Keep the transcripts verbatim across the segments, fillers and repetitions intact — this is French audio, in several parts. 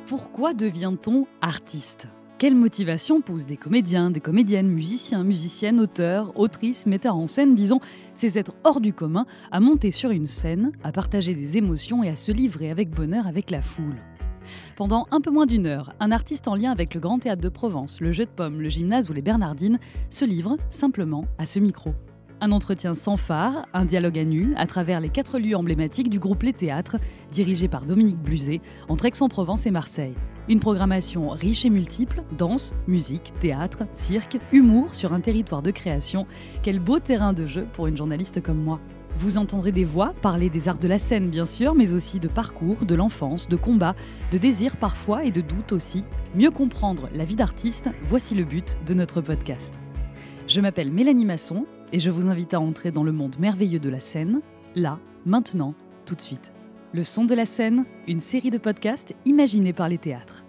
Pourquoi devient-on artiste ? Quelle motivation pousse des comédiens, des comédiennes, musiciens, musiciennes, auteurs, autrices, metteurs en scène, disons, ces êtres hors du commun, à monter sur une scène, à partager des émotions et à se livrer avec bonheur avec la foule ? Pendant un peu moins d'une heure, un artiste en lien avec le Grand Théâtre de Provence, le Jeu de Paume, le Gymnase ou les Bernardines se livre simplement à ce micro. Un entretien sans phare, un dialogue à nu, à travers les quatre lieux emblématiques du groupe Les Théâtres, dirigé par Dominique Bluzet, entre Aix-en-Provence et Marseille. Une programmation riche et multiple, danse, musique, théâtre, cirque, humour sur un territoire de création. Quel beau terrain de jeu pour une journaliste comme moi. Vous entendrez des voix parler des arts de la scène bien sûr, mais aussi de parcours, de l'enfance, de combats, de désirs parfois et de doutes aussi. Mieux comprendre la vie d'artiste, voici le but de notre podcast. Je m'appelle Mélanie Masson et je vous invite à entrer dans le monde merveilleux de la scène, là, maintenant, tout de suite. Le son de la scène, une série de podcasts imaginés par les théâtres.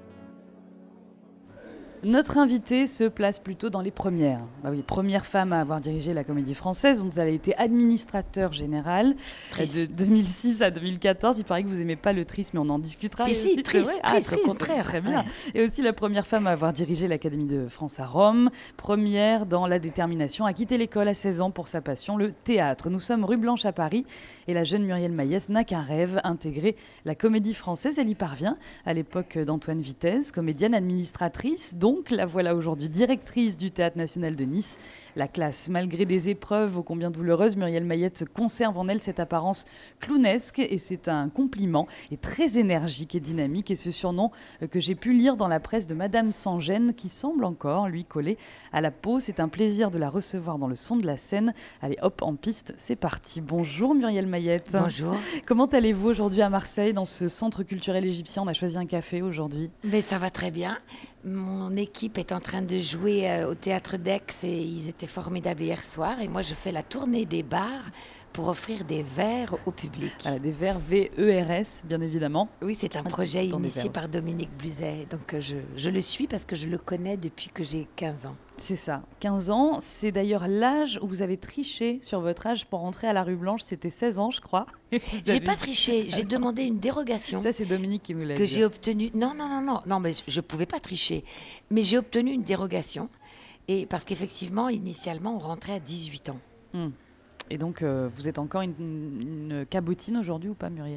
Notre invitée se place plutôt dans les premières. Bah oui, première femme à avoir dirigé la Comédie Française, dont elle a été administrateur général de deux mille six à deux mille quatorze. Il paraît que vous n'aimez pas le triste, mais on en discutera. Si, si, triste, ah, triste, au contraire. Très bien. Ouais. Et aussi la première femme à avoir dirigé l'Académie de France à Rome, première dans la détermination à quitter l'école à seize ans pour sa passion, le théâtre. Nous sommes rue Blanche à Paris et la jeune Muriel Mayès n'a qu'un rêve, intégrer la Comédie Française. Elle y parvient à l'époque d'Antoine Vitez, comédienne administratrice, donc la voilà aujourd'hui directrice du Théâtre National de Nice. La classe, malgré des épreuves ô combien douloureuses, Muriel Mayès conserve en elle cette apparence clownesque et c'est un compliment, et très énergique et dynamique. Et ce surnom que j'ai pu lire dans la presse de Madame Sans Gêne, qui semble encore lui coller à la peau. C'est un plaisir de la recevoir dans le son de la scène. Allez hop, en piste, c'est parti. Bonjour Muriel Mayès. Bonjour. Comment allez-vous aujourd'hui à Marseille, dans ce centre culturel égyptien ? On a choisi un café aujourd'hui. Mais ça va très bien. Mon équipe est en train de jouer euh, au Théâtre d'Aix et ils étaient formidables hier soir. Et moi, je fais la tournée des bars pour offrir des verres au public. Voilà, des verres V E R S, bien évidemment. Oui, c'est un projet initié par Dominique Bluzet. Donc je, je le suis parce que je le connais depuis que j'ai quinze ans. C'est ça, quinze ans. C'est d'ailleurs l'âge où vous avez triché sur votre âge pour rentrer à la rue Blanche. C'était seize ans, je crois. J'ai avez... pas triché, j'ai demandé une dérogation. Ça, c'est Dominique qui nous l'a dit. Que j'ai obtenue. Non, non, non, non, non, mais je ne pouvais pas tricher. Mais j'ai obtenu une dérogation. Et parce qu'effectivement, initialement, on rentrait à dix-huit ans. Hum. Et donc, euh, vous êtes encore une, une cabotine aujourd'hui ou pas, Muriel ?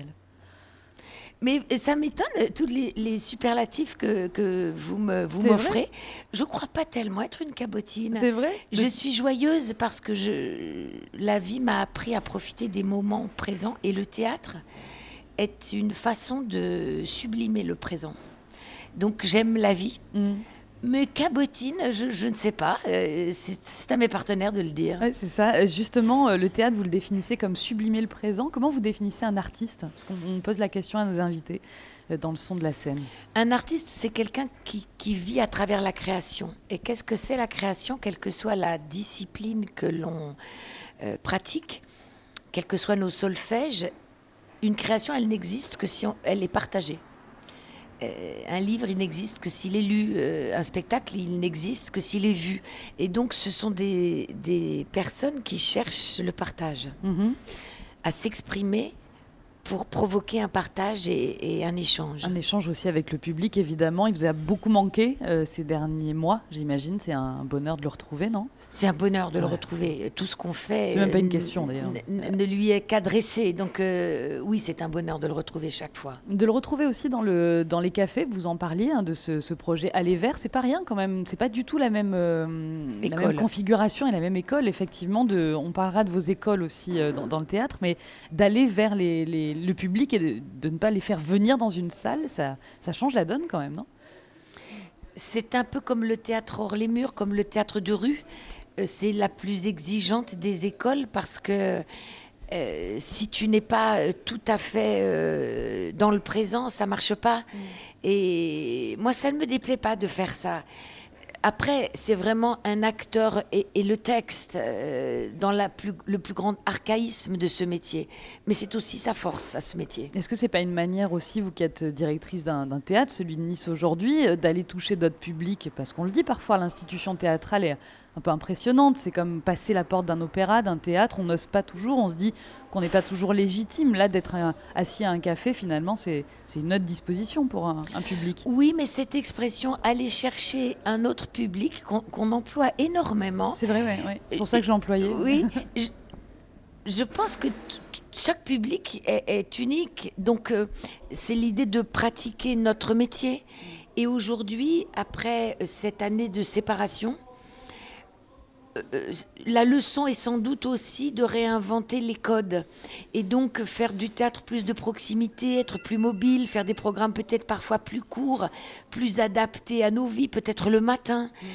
Mais ça m'étonne, tous les, les superlatifs que, que vous, me, vous m'offrez. Je ne crois pas tellement être une cabotine. C'est vrai ? Je suis joyeuse parce que je, la vie m'a appris à profiter des moments présents. Et le théâtre est une façon de sublimer le présent. Donc j'aime la vie. Mmh. Mais cabotine, je, je ne sais pas. Euh, c'est, c'est à mes partenaires de le dire. Ouais, c'est ça. Justement, le théâtre, vous le définissez comme sublimer le présent. Comment vous définissez un artiste ? Parce qu'on pose la question à nos invités dans le son de la scène. Un artiste, c'est quelqu'un qui, qui vit à travers la création. Et qu'est-ce que c'est la création ? Quelle que soit la discipline que l'on euh, pratique, quels que soient nos solfèges, une création, elle n'existe que si on, elle est partagée. Un livre, il n'existe que s'il est lu. Un spectacle, il n'existe que s'il est vu. Et donc, ce sont des, des personnes qui cherchent le partage, mmh. à s'exprimer pour provoquer un partage et, et un échange. Un échange aussi avec le public, évidemment. Il vous a beaucoup manqué euh, ces derniers mois, j'imagine. C'est un bonheur de le retrouver, non ? C'est un bonheur de ouais. le retrouver. Tout ce qu'on fait... C'est même pas une question, d'ailleurs. N- ne lui est qu'adressé. Donc, euh, oui, c'est un bonheur de le retrouver chaque fois. De le retrouver aussi dans, le, dans les cafés. Vous en parliez, hein, de ce, ce projet Aller Vers. C'est pas rien, quand même. C'est pas du tout la même, euh, la même configuration et la même école, effectivement. De, on parlera de vos écoles aussi euh, dans, dans le théâtre, mais d'aller vers les... les le public et de, de ne pas les faire venir dans une salle, ça, ça change la donne quand même, non ? C'est un peu comme le théâtre hors les murs, comme le théâtre de rue. Euh, c'est la plus exigeante des écoles parce que euh, si tu n'es pas euh, tout à fait euh, dans le présent, ça ne marche pas. Mmh. Et moi, ça ne me déplaît pas de faire ça. Après, c'est vraiment un acteur et, et le texte euh, dans la plus, le plus grand archaïsme de ce métier. Mais c'est aussi sa force à ce métier. Est-ce que c'est pas une manière aussi, vous qui êtes directrice d'un, d'un théâtre, celui de Nice aujourd'hui, d'aller toucher d'autres publics ? Parce qu'on le dit parfois, l'institution théâtrale est un peu impressionnante. C'est comme passer la porte d'un opéra, d'un théâtre. On n'ose pas toujours. On se dit qu'on n'est pas toujours légitime. Là, d'être un, assis à un café, finalement, c'est, c'est une autre disposition pour un, un public. Oui, mais cette expression « aller chercher un autre public » qu'on, qu'on emploie énormément. C'est vrai, oui. Ouais. C'est pour ça que j'ai employé. Oui, je, je pense que t- chaque public est, est unique. Donc, euh, c'est l'idée de pratiquer notre métier. Et aujourd'hui, après cette année de séparation, euh, la leçon est sans doute aussi de réinventer les codes et donc faire du théâtre plus de proximité, être plus mobile, faire des programmes peut-être parfois plus courts, plus adaptés à nos vies, peut-être le matin. Mmh.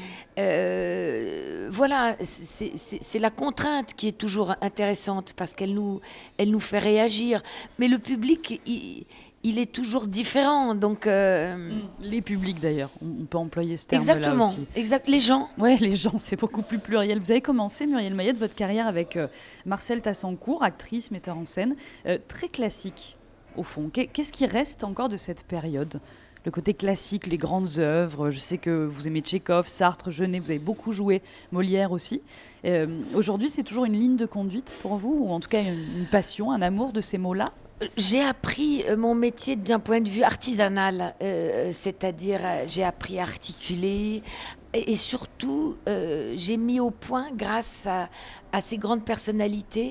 Euh, voilà, c'est, c'est, c'est la contrainte qui est toujours intéressante parce qu'elle nous, elle nous fait réagir. Mais le public, il, il est toujours différent, donc... Euh... Les publics, d'ailleurs, on peut employer ce terme-là aussi. Exactement, exact. Les gens. Oui, les gens, c'est beaucoup plus pluriel. Vous avez commencé, Muriel Mayette, votre carrière avec euh, Marcel Tassancourt, actrice, metteur en scène, euh, très classique, au fond. Qu'est-ce qui reste encore de cette période ? Le côté classique, les grandes œuvres. Je sais que vous aimez Tchekhov, Sartre, Genet, vous avez beaucoup joué, Molière aussi. Euh, aujourd'hui, c'est toujours une ligne de conduite pour vous, ou en tout cas une, une passion, un amour de ces mots-là ? J'ai appris mon métier d'un point de vue artisanal, euh, c'est-à-dire euh, j'ai appris à articuler et, et surtout euh, j'ai mis au point, grâce à, à ces grandes personnalités,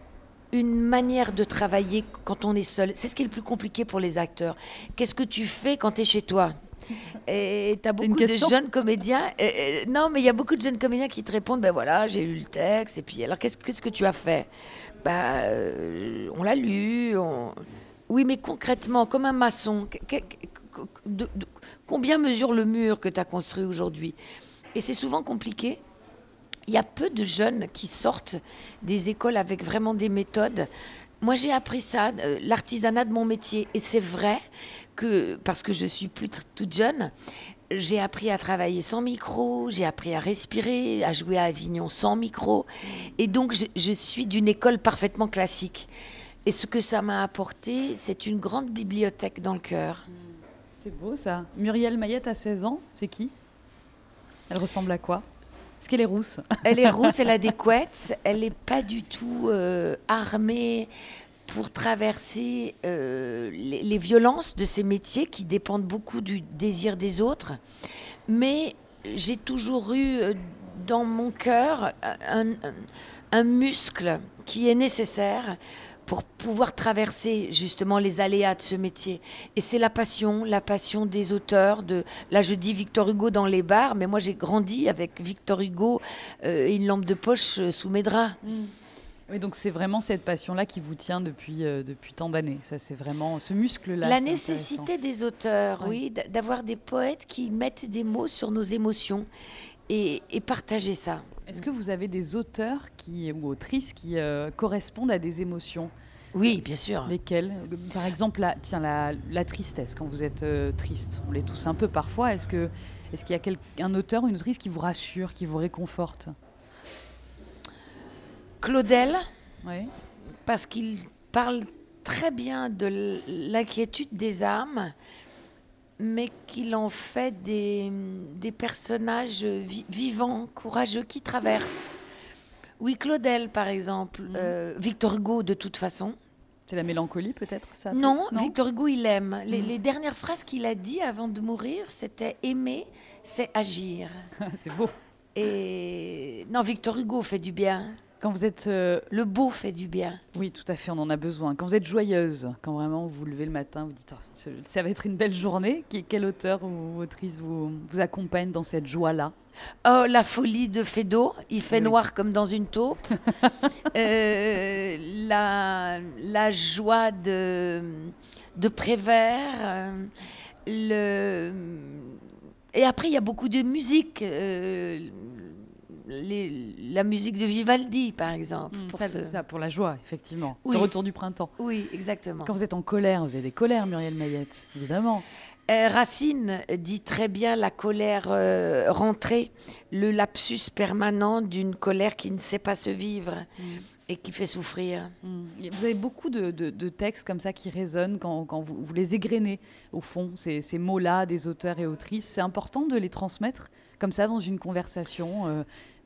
une manière de travailler quand on est seul. C'est ce qui est le plus compliqué pour les acteurs. Qu'est-ce que tu fais quand tu es chez toi ? Et tu as beaucoup de jeunes comédiens. Et, et, non, mais il y a beaucoup de jeunes comédiens qui te répondent, ben voilà, j'ai lu le texte, et puis alors qu'est-ce, qu'est-ce que tu as fait ? Bah, euh, on l'a lu. On... Oui, mais concrètement, comme un maçon, que, que, de, de, combien mesure le mur que tu as construit aujourd'hui ? Et c'est souvent compliqué. Il y a peu de jeunes qui sortent des écoles avec vraiment des méthodes. Moi, j'ai appris ça, euh, l'artisanat de mon métier. Et c'est vrai que, parce que je suis plus t- toute jeune, j'ai appris à travailler sans micro, j'ai appris à respirer, à jouer à Avignon sans micro. Et donc, je, je suis d'une école parfaitement classique. Et ce que ça m'a apporté, c'est une grande bibliothèque dans le cœur. C'est beau, ça. Muriel Mayette, à seize ans, c'est qui ? Elle ressemble à quoi ? Est-ce qu'elle est rousse ? Elle est rousse, elle a des couettes. Elle n'est pas du tout euh, armée pour traverser euh, les, les violences de ces métiers qui dépendent beaucoup du désir des autres. Mais j'ai toujours eu euh, dans mon cœur un, un, un muscle qui est nécessaire pour pouvoir traverser justement les aléas de ce métier. Et c'est la passion, la passion des auteurs. De... Là, je dis Victor Hugo dans les bars, mais moi, j'ai grandi avec Victor Hugo euh, et une lampe de poche euh, sous mes draps. Mmh. Oui, donc c'est vraiment cette passion-là qui vous tient depuis, euh, depuis tant d'années. Ça, c'est vraiment ce muscle-là. La nécessité des auteurs, oui, oui, d'avoir des poètes qui mettent des mots sur nos émotions et, et partager ça. Est-ce que vous avez des auteurs qui, ou autrices qui euh, correspondent à des émotions ? Oui, bien sûr. Lesquelles ? Par exemple, la, tiens, la, la tristesse, quand vous êtes euh, triste. On l'est tous un peu parfois. Est-ce, que, est-ce qu'il y a quel, un auteur ou une autrice qui vous rassure, qui vous réconforte ? Claudel, oui. Parce qu'il parle très bien de l'inquiétude des âmes, mais qu'il en fait des, des personnages vi- vivants, courageux, qui traversent. Oui, Claudel, par exemple. Mmh. Euh, Victor Hugo, de toute façon. C'est la mélancolie, peut-être ça, non, non, Victor Hugo, il aime. Les, mmh. les dernières phrases qu'il a dit avant de mourir, c'était « aimer, c'est agir ». C'est beau. Et non, Victor Hugo fait du bien. Quand vous êtes... Euh... Le beau fait du bien. Oui, tout à fait, on en a besoin. Quand vous êtes joyeuse, quand vraiment vous vous levez le matin, vous dites oh, « ça va être une belle journée », quel auteur ou autrice vous, vous accompagne dans cette joie-là ? Oh, la folie de Feydeau, il fait oui. noir comme dans une taupe. euh, la, la joie de, de Prévert. Euh, le... Et après, il y a beaucoup de musique. Euh, Les, la musique de Vivaldi, par exemple. Mmh, pour, ça, ce... ça, pour la joie, effectivement. Oui. Le retour du printemps. Oui, exactement. Quand vous êtes en colère, vous avez des colères, Muriel Mayette, évidemment. Euh, Racine dit très bien la colère euh, rentrée, le lapsus permanent d'une colère qui ne sait pas se vivre mmh. et qui fait souffrir. Mmh. Vous avez beaucoup de, de, de textes comme ça qui résonnent quand, quand vous, vous les égrenez, au fond, ces, ces mots-là des auteurs et autrices. C'est important de les transmettre comme ça dans une conversation, euh,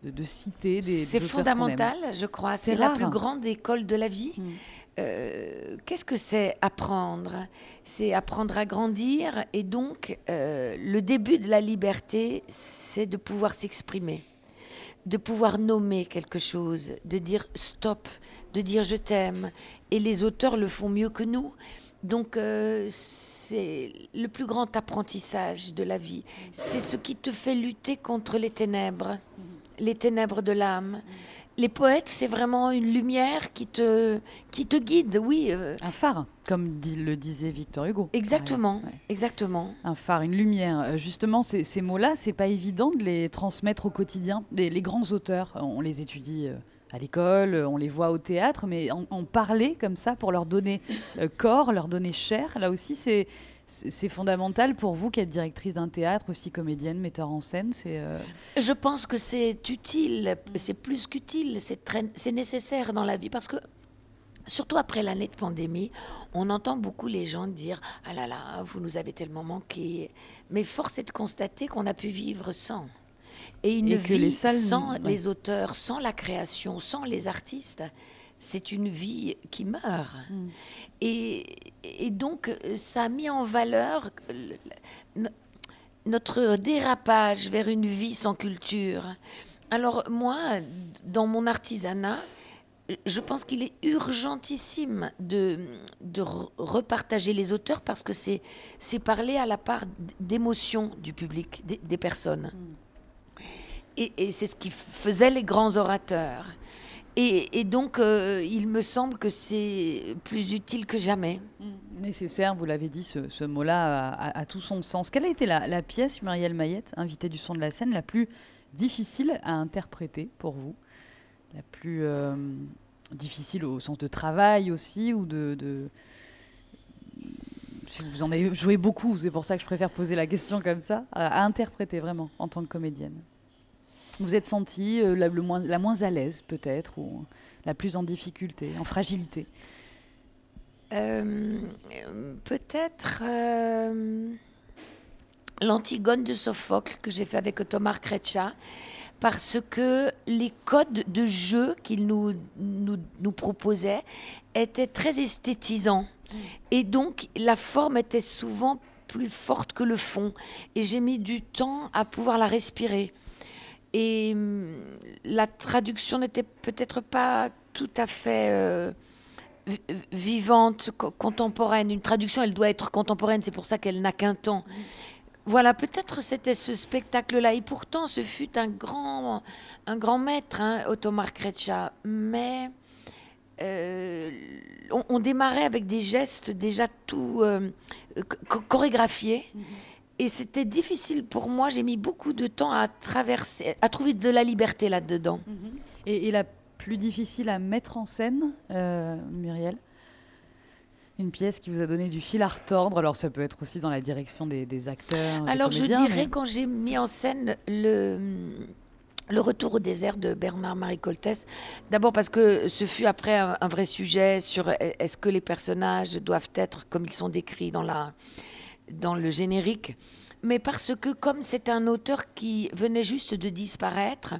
de, de citer des, c'est des auteurs fondamental, je crois. C'est, C'est la rare. plus grande école de la vie. Mm. Euh, qu'est-ce que c'est apprendre? C'est apprendre à grandir, et donc euh, le début de la liberté, c'est de pouvoir s'exprimer, de pouvoir nommer quelque chose, de dire stop, de dire je t'aime. Et les auteurs le font mieux que nous. Donc euh, c'est le plus grand apprentissage de la vie. C'est ce qui te fait lutter contre les ténèbres, les ténèbres de l'âme. Les poètes, c'est vraiment une lumière qui te, qui te guide, oui. euh, Un phare, comme dit- le disait Victor Hugo. Exactement, Ouais, ouais. exactement. Un phare, une lumière. Euh, Justement, ces, ces mots-là, c'est pas évident de les transmettre au quotidien. Les, les grands auteurs, on les étudie euh, à l'école, euh, on les voit au théâtre, mais en, en parler comme ça pour leur donner euh, corps, leur donner chair, là aussi, c'est c'est c'est fondamental pour vous qui êtes directrice d'un théâtre, aussi comédienne, metteur en scène. C'est euh, Je pense que c'est utile, c'est plus qu'utile, c'est très- c'est nécessaire dans la vie, parce que surtout après l'année de pandémie, on entend beaucoup les gens dire « Ah là là, vous nous avez tellement manqué ». Mais force est de constater qu'on a pu vivre sans. Et une Et que vie les salles- sans ouais. les auteurs, sans la création, sans les artistes, c'est une vie qui meurt. Mm. Et, et donc, euh, ça a mis en valeur le- le- notre dérapage vers une vie sans culture. Alors moi, dans mon artisanat, je pense qu'il est urgentissime de, de re- repartager les auteurs, parce que c'est, c'est parler à la part d'émotion du public, des, des personnes. Et, et c'est ce qui faisait les grands orateurs. Et, et donc, euh, il me semble que c'est plus utile que jamais. Nécessaire, vous l'avez dit, ce, ce mot-là a, a- a tout son sens. Quelle a été la, la pièce, Muriel Mayette, invitée du son de la scène, la plus difficile à interpréter pour vous? La plus euh, difficile au sens de travail aussi, ou de, de- si vous en avez joué beaucoup, c'est pour ça que je préfère poser la question comme ça, à, à interpréter vraiment en tant que comédienne. Vous êtes sentie euh, la, le moins, la moins à l'aise peut-être, ou la plus en difficulté, en fragilité? Euh, euh, peut-être euh, l'Antigone de Sophocle, que j'ai fait avec Thomas Kretcha, parce que les codes de jeu qu'il nous, nous, nous proposait étaient très esthétisants. Et donc, la forme était souvent plus forte que le fond. Et j'ai mis du temps à pouvoir la respirer. Et hum, la traduction n'était peut-être pas tout à fait euh, vi- vivante, co- contemporaine. Une traduction, elle doit être contemporaine, c'est pour ça qu'elle n'a qu'un temps. Voilà, peut-être c'était ce spectacle-là. Et pourtant, ce fut un grand, un grand maître, hein, Otomar Kretcha. Mais euh, on, on démarrait avec des gestes déjà tout euh, cho- chorégraphiés. Et c'était difficile pour moi. J'ai mis beaucoup de temps à traverser, à trouver de la liberté là-dedans. Et, et la plus difficile à mettre en scène, euh, Muriel? Une pièce qui vous a donné du fil à retordre. Alors ça peut être aussi dans la direction des, des acteurs, des Alors je comédiens, dirais mais- quand j'ai mis en scène le, le Retour au désert de Bernard-Marie Coltès, d'abord parce que ce fut après un, un vrai sujet sur est-ce que les personnages doivent être comme ils sont décrits dans, la, dans le générique, mais parce que comme c'est un auteur qui venait juste de disparaître,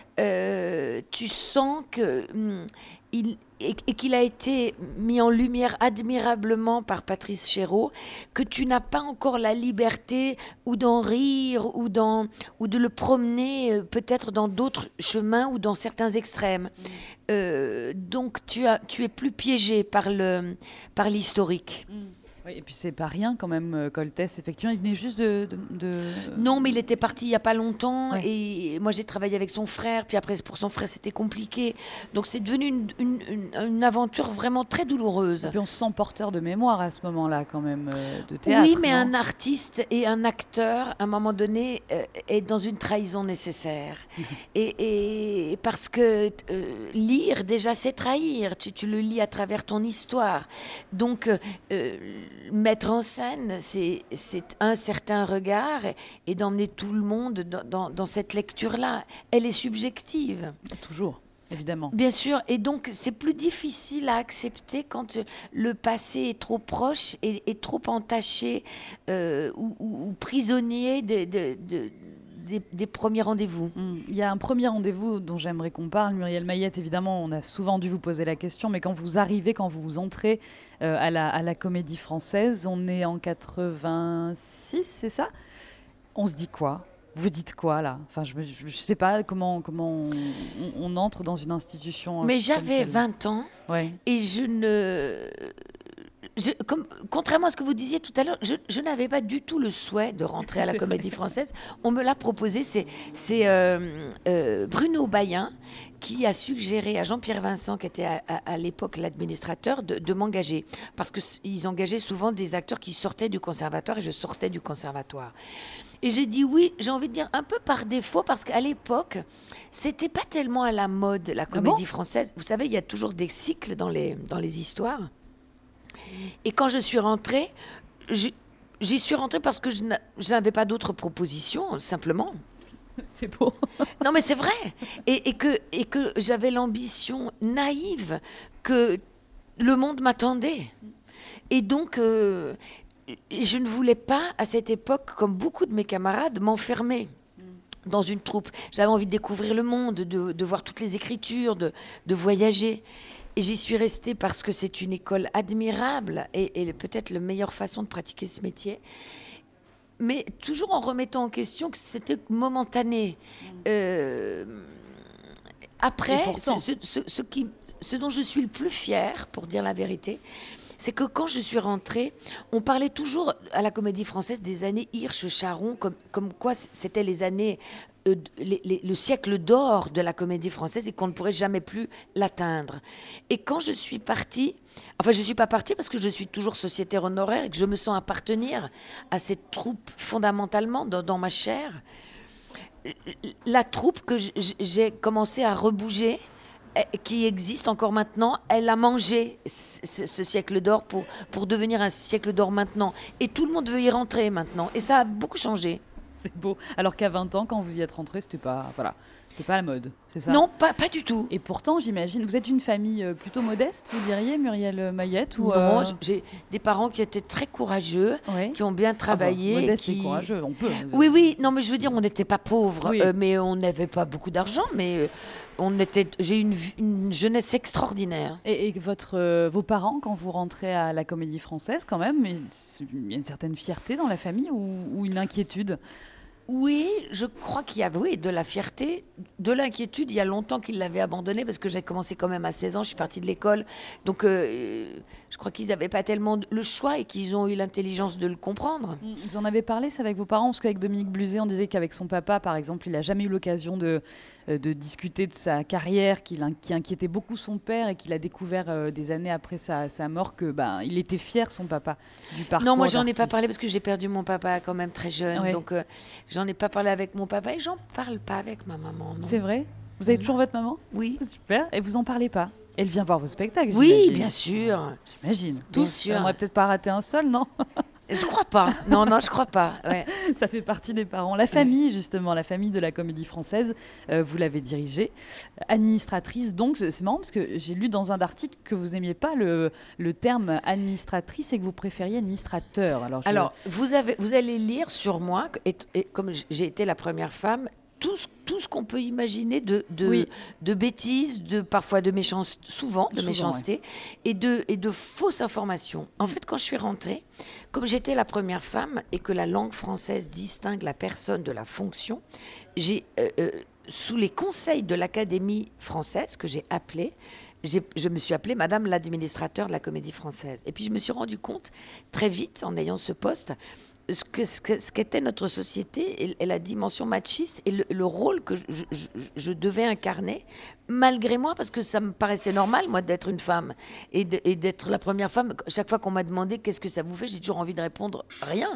euh, tu sens que hum, il, et, et qu'il a été mis en lumière admirablement par Patrice Chéreau, que tu n'as pas encore la liberté ou d'en rire ou, d'en, ou de le promener euh, peut-être dans d'autres chemins ou dans certains extrêmes. Euh, donc tu, as, tu es plus piégé par, le, par l'historique. Oui, et puis c'est pas rien quand même, euh, Coltès. Effectivement, il venait juste de... de- de- Non, mais il était parti il n'y a pas longtemps, Ouais. et moi j'ai travaillé avec son frère, puis après pour son frère c'était compliqué. Donc c'est devenu une, une, une- une aventure vraiment très douloureuse. Et puis on se sent porteur de mémoire à ce moment-là quand même, euh, de théâtre. Oui, mais non un artiste et un acteur, à un moment donné, euh, est dans une trahison nécessaire. et, et parce que euh, lire, déjà, c'est trahir. Tu, tu le lis à travers ton histoire. Donc, euh, euh, mettre en scène, c'est, c'est un certain regard, et, et d'emmener tout le monde dans, dans- dans cette lecture-là. Elle est subjective. Toujours, évidemment. Bien sûr, et donc c'est plus difficile à accepter quand euh, le passé est trop proche et, et trop entaché euh, ou, ou- ou prisonnier de, de- de- des, des premiers rendez-vous. Mmh. Il y a un premier rendez-vous dont j'aimerais qu'on parle. Muriel Mayette, évidemment, on a souvent dû vous poser la question, mais quand vous arrivez, quand vous entrez euh, à, la, à la Comédie Française, on est en quatre-vingt-six, c'est ça? On se dit quoi? Vous dites quoi là? Enfin, je ne sais pas comment, comment on, on, on entre dans une institution. Mais j'avais vingt ans ouais. et je ne... Je, comme, contrairement à ce que vous disiez tout à l'heure, je, je n'avais pas du tout le souhait de rentrer à la Comédie Française. On me l'a proposé, c'est, c'est euh, euh, Bruno Bayen qui a suggéré à Jean-Pierre Vincent, qui était à, à, à l'époque l'administrateur, de, de m'engager. Parce qu'ils engageaient souvent des acteurs qui sortaient du conservatoire et je sortais du conservatoire. Et j'ai dit oui, j'ai envie de dire un peu par défaut, parce qu'à l'époque, c'était pas tellement à la mode, la Comédie ah bon Française. Vous savez, il y a toujours des cycles dans les, dans les histoires. Et quand je suis rentrée, je, j'y suis rentrée parce que je n'avais pas d'autres propositions, simplement. C'est beau. Non, mais c'est vrai. Et, et, que, et que j'avais l'ambition naïve que le monde m'attendait. Et donc, euh, je ne voulais pas, à cette époque, comme beaucoup de mes camarades, m'enfermer dans une troupe. J'avais envie de découvrir le monde, de, de voir toutes les écritures, de, de voyager. Et j'y suis restée parce que c'est une école admirable et, et peut-être la meilleure façon de pratiquer ce métier. Mais toujours en remettant en question que c'était momentané. Euh, après, ce, ce, ce, ce, qui, ce dont je suis le plus fière, pour dire la vérité, c'est que quand je suis rentrée, on parlait toujours à la Comédie Française des années Hirsch-Charon, comme, comme quoi c'était les années, euh, les, les, le siècle d'or de la Comédie Française et qu'on ne pourrait jamais plus l'atteindre. Et quand je suis partie, enfin je ne suis pas partie parce que je suis toujours sociétaire honoraire et que je me sens appartenir à cette troupe fondamentalement dans, dans ma chair, la troupe que j'ai commencé à rebouger, qui existe encore maintenant, elle a mangé ce, ce siècle d'or pour, pour devenir un siècle d'or maintenant. Et tout le monde veut y rentrer maintenant. Et ça a beaucoup changé. C'est beau. Alors qu'à vingt ans, quand vous y êtes rentré, c'était pas, voilà, c'était pas la mode, c'est ça? Non, pas, pas du tout. Et pourtant, j'imagine, vous êtes une famille plutôt modeste, vous diriez, Muriel Mayette ou Non, euh... j'ai des parents qui étaient très courageux, oui. qui ont bien travaillé. Ah bah, modeste qui... et courageux, on peut. Oui, oui, non, mais je veux dire, on n'était pas pauvres, oui. euh, mais on n'avait pas beaucoup d'argent, mais... Euh, On était, j'ai eu une, une jeunesse extraordinaire. Et, et votre, euh, vos parents, quand vous rentrez à la Comédie Française, quand même, il y a une certaine fierté dans la famille ou, ou une inquiétude? Oui, je crois qu'il y avait oui, de la fierté, de l'inquiétude. Il y a longtemps qu'ils l'avaient abandonné parce que j'ai commencé quand même à seize ans, je suis partie de l'école. Donc euh, je crois qu'ils n'avaient pas tellement le choix et qu'ils ont eu l'intelligence de le comprendre. Vous en avez parlé ça avec vos parents? Parce qu'avec Dominique Bluzet, on disait qu'avec son papa, par exemple, il n'a jamais eu l'occasion de, de discuter de sa carrière, qu'il, qui inquiétait beaucoup son père et qu'il a découvert euh, des années après sa, sa mort que ben, il était fier, son papa, du parcours Non, moi j'en ai d'artiste. pas parlé parce que j'ai perdu mon papa quand même très jeune. Ouais. Donc euh, j'en ai pas parlé avec mon papa et j'en parle pas avec ma maman. Non. C'est vrai? Vous avez mmh. toujours votre maman? Oui. Super. Et vous en parlez pas? Elle vient voir vos spectacles? Oui, j'imagine. bien sûr. J'imagine. Tout bien sûr. On n'aurait peut-être pas raté un seul, non? Je crois pas. Non, non, je crois pas. Ouais. Ça fait partie des parents. La famille, justement, la famille de la Comédie Française, euh, vous l'avez dirigée. Administratrice, donc, c'est marrant parce que j'ai lu dans un article que vous n'aimiez pas le, le terme administratrice et que vous préfériez administrateur. Alors, je... Alors vous, avez, vous allez lire sur moi, et, et comme j'ai été la première femme, tout ce, tout ce qu'on peut imaginer de, de, oui. de bêtises, de, parfois de méchanceté, souvent de souvent, méchanceté, ouais. et, de, et de fausses informations. En fait, quand je suis rentrée, comme j'étais la première femme et que la langue française distingue la personne de la fonction, j'ai, euh, euh, sous les conseils de l'Académie française, que j'ai appelée, j'ai, je me suis appelée Madame l'administrateur de la Comédie Française. Et puis je me suis rendu compte, très vite, en ayant ce poste, ce, que, ce, que, ce qu'était notre société et, et la dimension machiste et le, le rôle que je, je, je devais incarner, malgré moi, parce que ça me paraissait normal, moi, d'être une femme et, de, et d'être la première femme. Chaque fois qu'on m'a demandé qu'est-ce que ça vous fait, j'ai toujours envie de répondre rien.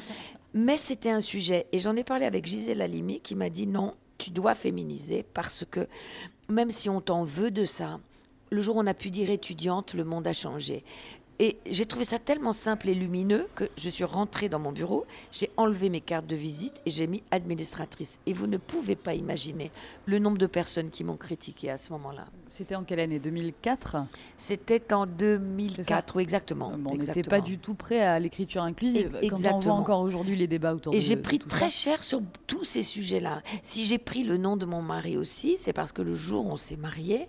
Mais c'était un sujet. Et j'en ai parlé avec Gisèle Halimi qui m'a dit non, tu dois féminiser parce que même si on t'en veut de ça, le jour où on a pu dire étudiante, le monde a changé. Et j'ai trouvé ça tellement simple et lumineux que je suis rentrée dans mon bureau, j'ai enlevé mes cartes de visite et j'ai mis administratrice. Et vous ne pouvez pas imaginer le nombre de personnes qui m'ont critiquée à ce moment-là. C'était en quelle année? deux mille quatre? C'était en deux mille quatre, oui, exactement. Bon, on n'était exactement. pas du tout prêt à l'écriture inclusive. Et, quand exactement. on voit encore aujourd'hui les débats autour et de j'ai pris tout très ça. cher sur tous ces sujets-là. Si j'ai pris le nom de mon mari aussi, c'est parce que le jour où on s'est mariés,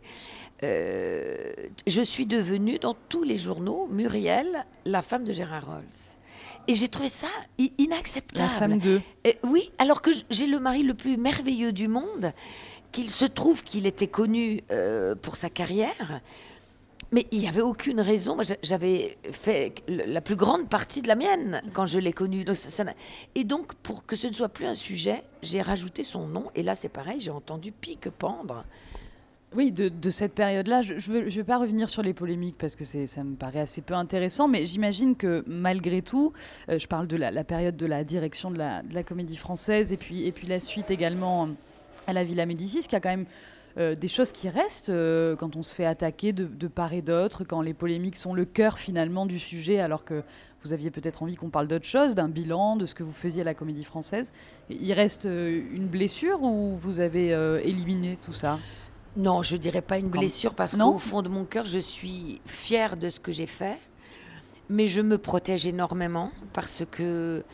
euh, je suis devenue dans tous les journaux Muriel, la femme de Gérard Rolls. Et j'ai trouvé ça inacceptable. La femme de... Et, oui, alors que j'ai le mari le plus merveilleux du monde, qu'il se trouve qu'il était connu euh, pour sa carrière. Mais il n'y avait aucune raison. Moi, j'avais fait la plus grande partie de la mienne quand je l'ai connu. Donc, ça, ça et donc, pour que ce ne soit plus un sujet, j'ai rajouté son nom. Et là, c'est pareil, j'ai entendu pique-pendre. Oui, de, de cette période-là, je ne vais, vais pas revenir sur les polémiques parce que ça me paraît assez peu intéressant, mais j'imagine que malgré tout, euh, je parle de la, la période de la direction de la, de la Comédie Française et puis, et puis la suite également à la Villa Médicis, qui a quand même euh, des choses qui restent euh, quand on se fait attaquer de, de part et d'autre, quand les polémiques sont le cœur finalement du sujet, alors que vous aviez peut-être envie qu'on parle d'autre chose, d'un bilan, de ce que vous faisiez à la Comédie Française. Il reste euh, une blessure ou vous avez euh, éliminé tout ça ? Non, je ne dirais pas une blessure parce non. qu'au fond de mon cœur, je suis fière de ce que j'ai fait. Mais je me protège énormément parce que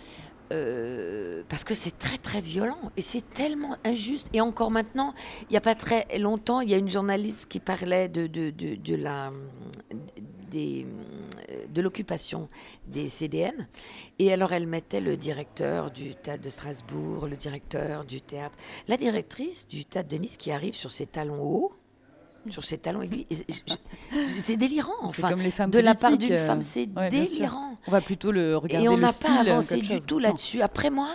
euh, parce que c'est très très violent et c'est tellement injuste. Et encore maintenant, il n'y a pas très longtemps, il y a une journaliste qui parlait de, de, de, de la... Des, de l'occupation des C D N. Et alors, elle mettait le directeur du théâtre de Strasbourg, le directeur du théâtre, la directrice du théâtre de Nice qui arrive sur ses talons hauts, sur ses talons aiguilles. C'est délirant, enfin. Comme les femmes de la part d'une euh... femme, c'est ouais, délirant. On va plutôt le regarder. Et on n'a pas avancé du chose. tout là-dessus. Après, moi,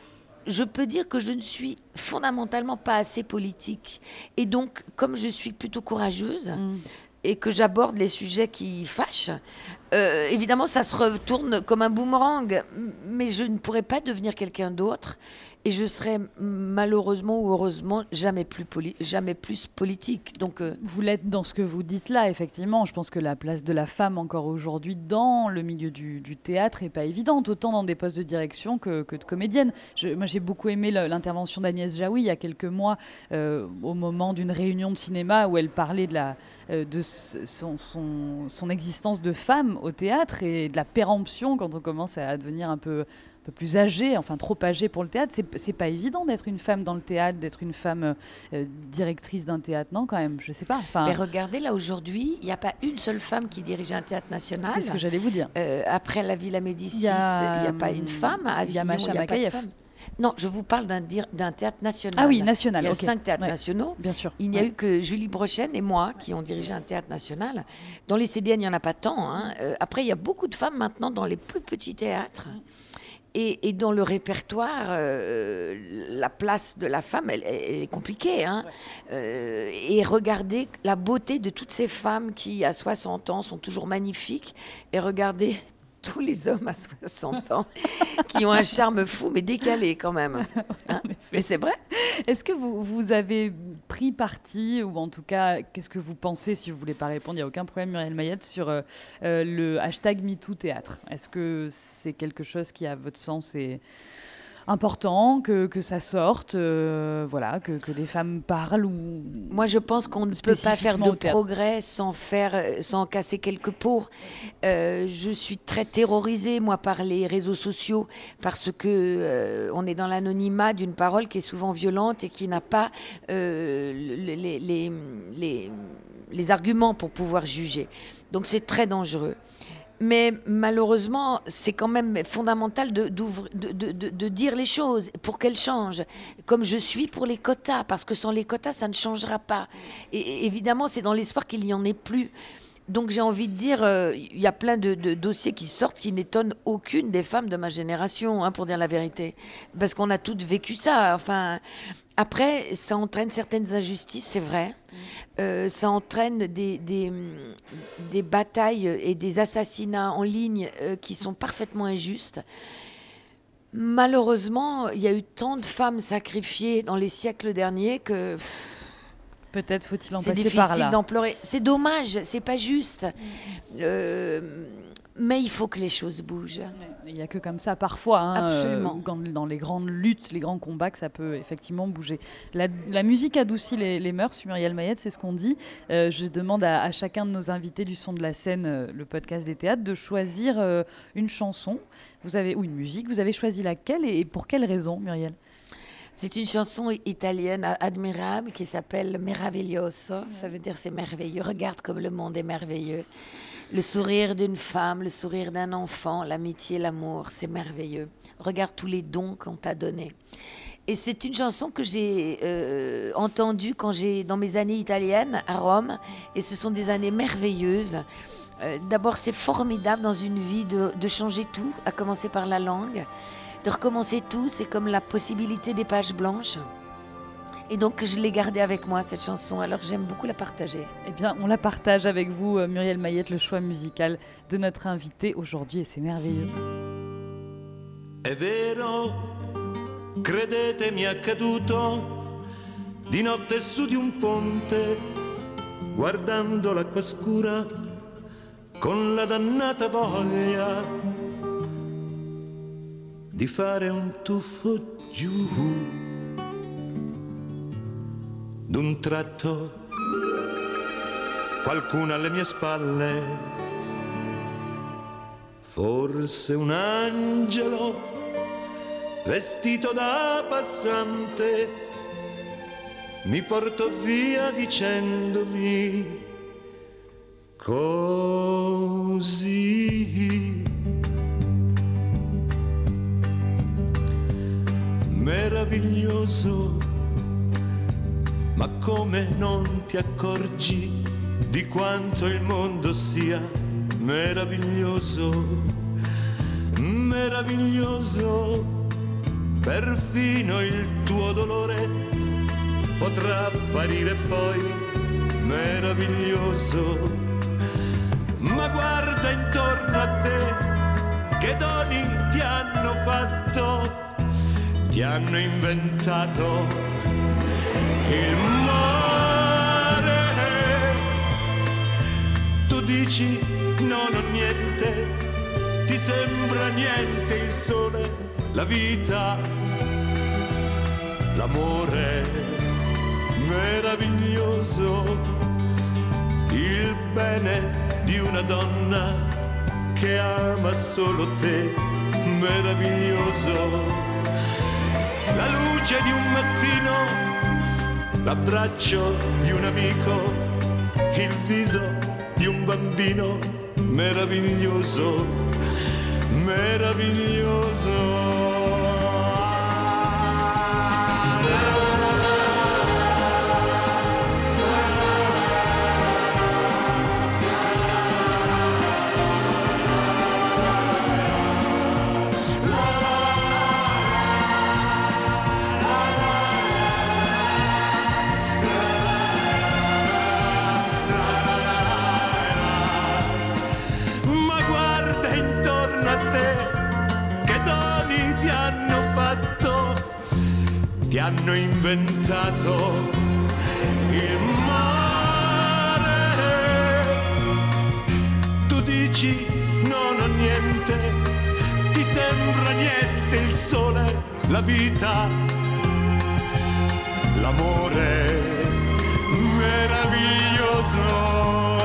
je peux dire que je ne suis fondamentalement pas assez politique. Et donc, comme je suis plutôt courageuse, mm. et que j'aborde les sujets qui fâchent, euh, évidemment, ça se retourne comme un boomerang. Mais je ne pourrais pas devenir quelqu'un d'autre. Et je serais malheureusement ou heureusement jamais plus, poli- jamais plus politique. Donc, euh... Vous l'êtes dans ce que vous dites là, effectivement. Je pense que la place de la femme encore aujourd'hui dans le milieu du, du théâtre n'est pas évidente, autant dans des postes de direction que, que de comédienne. Je, moi, j'ai beaucoup aimé l'intervention d'Agnès Jaoui il y a quelques mois, euh, au moment d'une réunion de cinéma où elle parlait de, la, euh, de son, son, son existence de femme au théâtre et de la péremption quand on commence à devenir un peu... un peu plus âgée, enfin trop âgée pour le théâtre. C'est, c'est pas évident d'être une femme dans le théâtre, d'être une femme euh, directrice d'un théâtre, non, quand même, je sais pas. Enfin, mais regardez, là, aujourd'hui, il n'y a pas une seule femme qui dirige un théâtre national. C'est ce que j'allais vous dire. Euh, après la Villa Médicis, il n'y a, a pas une femme. À Avignon, il n'y a pas de femme. Non, je vous parle d'un, d'un théâtre national. Ah oui, national. Il y a okay. cinq théâtres ouais. nationaux. Bien sûr. Il n'y a ouais. eu que Julie Brochen et moi qui ont dirigé un théâtre national. Dans les C D N, il n'y en a pas tant. Hein. Euh, après, il y a beaucoup de femmes maintenant dans les plus petits théâtres. Et, et dans le répertoire, euh, la place de la femme, elle, elle est compliquée. Hein. Ouais. Euh, et regardez la beauté de toutes ces femmes qui, à soixante ans, sont toujours magnifiques. Et regardez tous les hommes à soixante ans qui ont un charme fou, mais décalé quand même. Hein. Mais c'est vrai. Est-ce que vous, vous avez pris parti, ou en tout cas, qu'est-ce que vous pensez, si vous ne voulez pas répondre, il n'y a aucun problème, Muriel Mayette, sur euh, le hashtag MeTooThéâtre. Est-ce que c'est quelque chose qui, à votre sens, est important, que, que ça sorte, euh, voilà, que, que les femmes parlent ou... Moi, je pense qu'on ne peut pas faire de progrès sans, faire, sans casser quelques pots. Euh, je suis très terrorisée, moi, par les réseaux sociaux, parce que euh, on est dans l'anonymat d'une parole qui est souvent violente et qui n'a pas euh, les, les, les, les arguments pour pouvoir juger. Donc, c'est très dangereux. Mais malheureusement, c'est quand même fondamental de, de, de, de, de dire les choses pour qu'elles changent. Comme je suis pour les quotas, parce que sans les quotas, ça ne changera pas. Et évidemment, c'est dans l'espoir qu'il n'y en ait plus. Donc j'ai envie de dire, il euh, y a plein de, de dossiers qui sortent qui n'étonnent aucune des femmes de ma génération, hein, pour dire la vérité. Parce qu'on a toutes vécu ça. Enfin, après, ça entraîne certaines injustices, c'est vrai. Euh, ça entraîne des, des, des batailles et des assassinats en ligne euh, qui sont parfaitement injustes. Malheureusement, il y a eu tant de femmes sacrifiées dans les siècles derniers que... Pff, Peut-être faut-il en c'est passer par là. C'est difficile d'en pleurer. C'est dommage, c'est pas juste. Euh, mais il faut que les choses bougent. Il n'y a que comme ça, parfois, hein, Absolument. euh, quand, dans les grandes luttes, les grands combats, que ça peut effectivement bouger. La, la musique adoucit les, les mœurs, Muriel Mayette, c'est ce qu'on dit. Euh, je demande à, à chacun de nos invités du Son de la Scène, euh, le podcast des théâtres, de choisir euh, une chanson vous avez, ou une musique. Vous avez choisi laquelle et, et pour quelle raison, Muriel ? C'est une chanson italienne admirable qui s'appelle Meraviglioso. Ouais. Ça veut dire c'est merveilleux. Regarde comme le monde est merveilleux. Le sourire d'une femme, le sourire d'un enfant, l'amitié, l'amour, c'est merveilleux. Regarde tous les dons qu'on t'a donnés. Et c'est une chanson que j'ai euh, entendue quand j'ai, dans mes années italiennes à Rome. Et ce sont des années merveilleuses. Euh, d'abord, c'est formidable dans une vie de, de changer tout, à commencer par la langue. De recommencer tout, c'est comme la possibilité des pages blanches. Et donc, je l'ai gardée avec moi, cette chanson, alors j'aime beaucoup la partager. Eh bien, on la partage avec vous, Muriel Mayette, le choix musical de notre invité aujourd'hui, et c'est merveilleux. È vero, credetemi, è accaduto di notte su di un ponte, guardando l'acqua scura con la dannata voglia di fare un tuffo giù. D'un tratto qualcuno alle mie spalle, forse un angelo vestito da passante, mi portò via dicendomi così. Meraviglioso, ma come non ti accorgi di quanto il mondo sia meraviglioso, meraviglioso, perfino il tuo dolore potrà apparire poi meraviglioso, ma guarda intorno a te, che doni ti hanno fatto, ti hanno inventato il mare. Tu dici no, non niente, ti sembra niente il sole, la vita, l'amore meraviglioso, il bene di una donna che ama solo te, meraviglioso, la luce di un mattino, l'abbraccio di un amico, il viso di un bambino, meraviglioso, meraviglioso. Ti hanno inventato il mare. Tu dici no, non niente, ti sembra niente il sole, la vita, l'amore meraviglioso.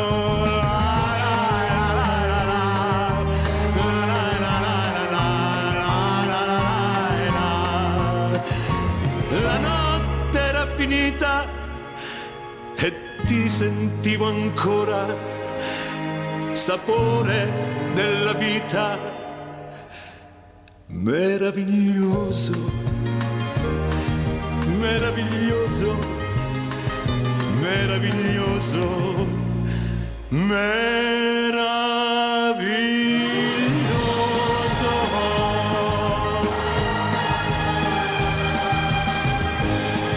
Finita e ti sentivo ancora sapore della vita, meraviglioso, meraviglioso, meraviglioso, meraviglioso.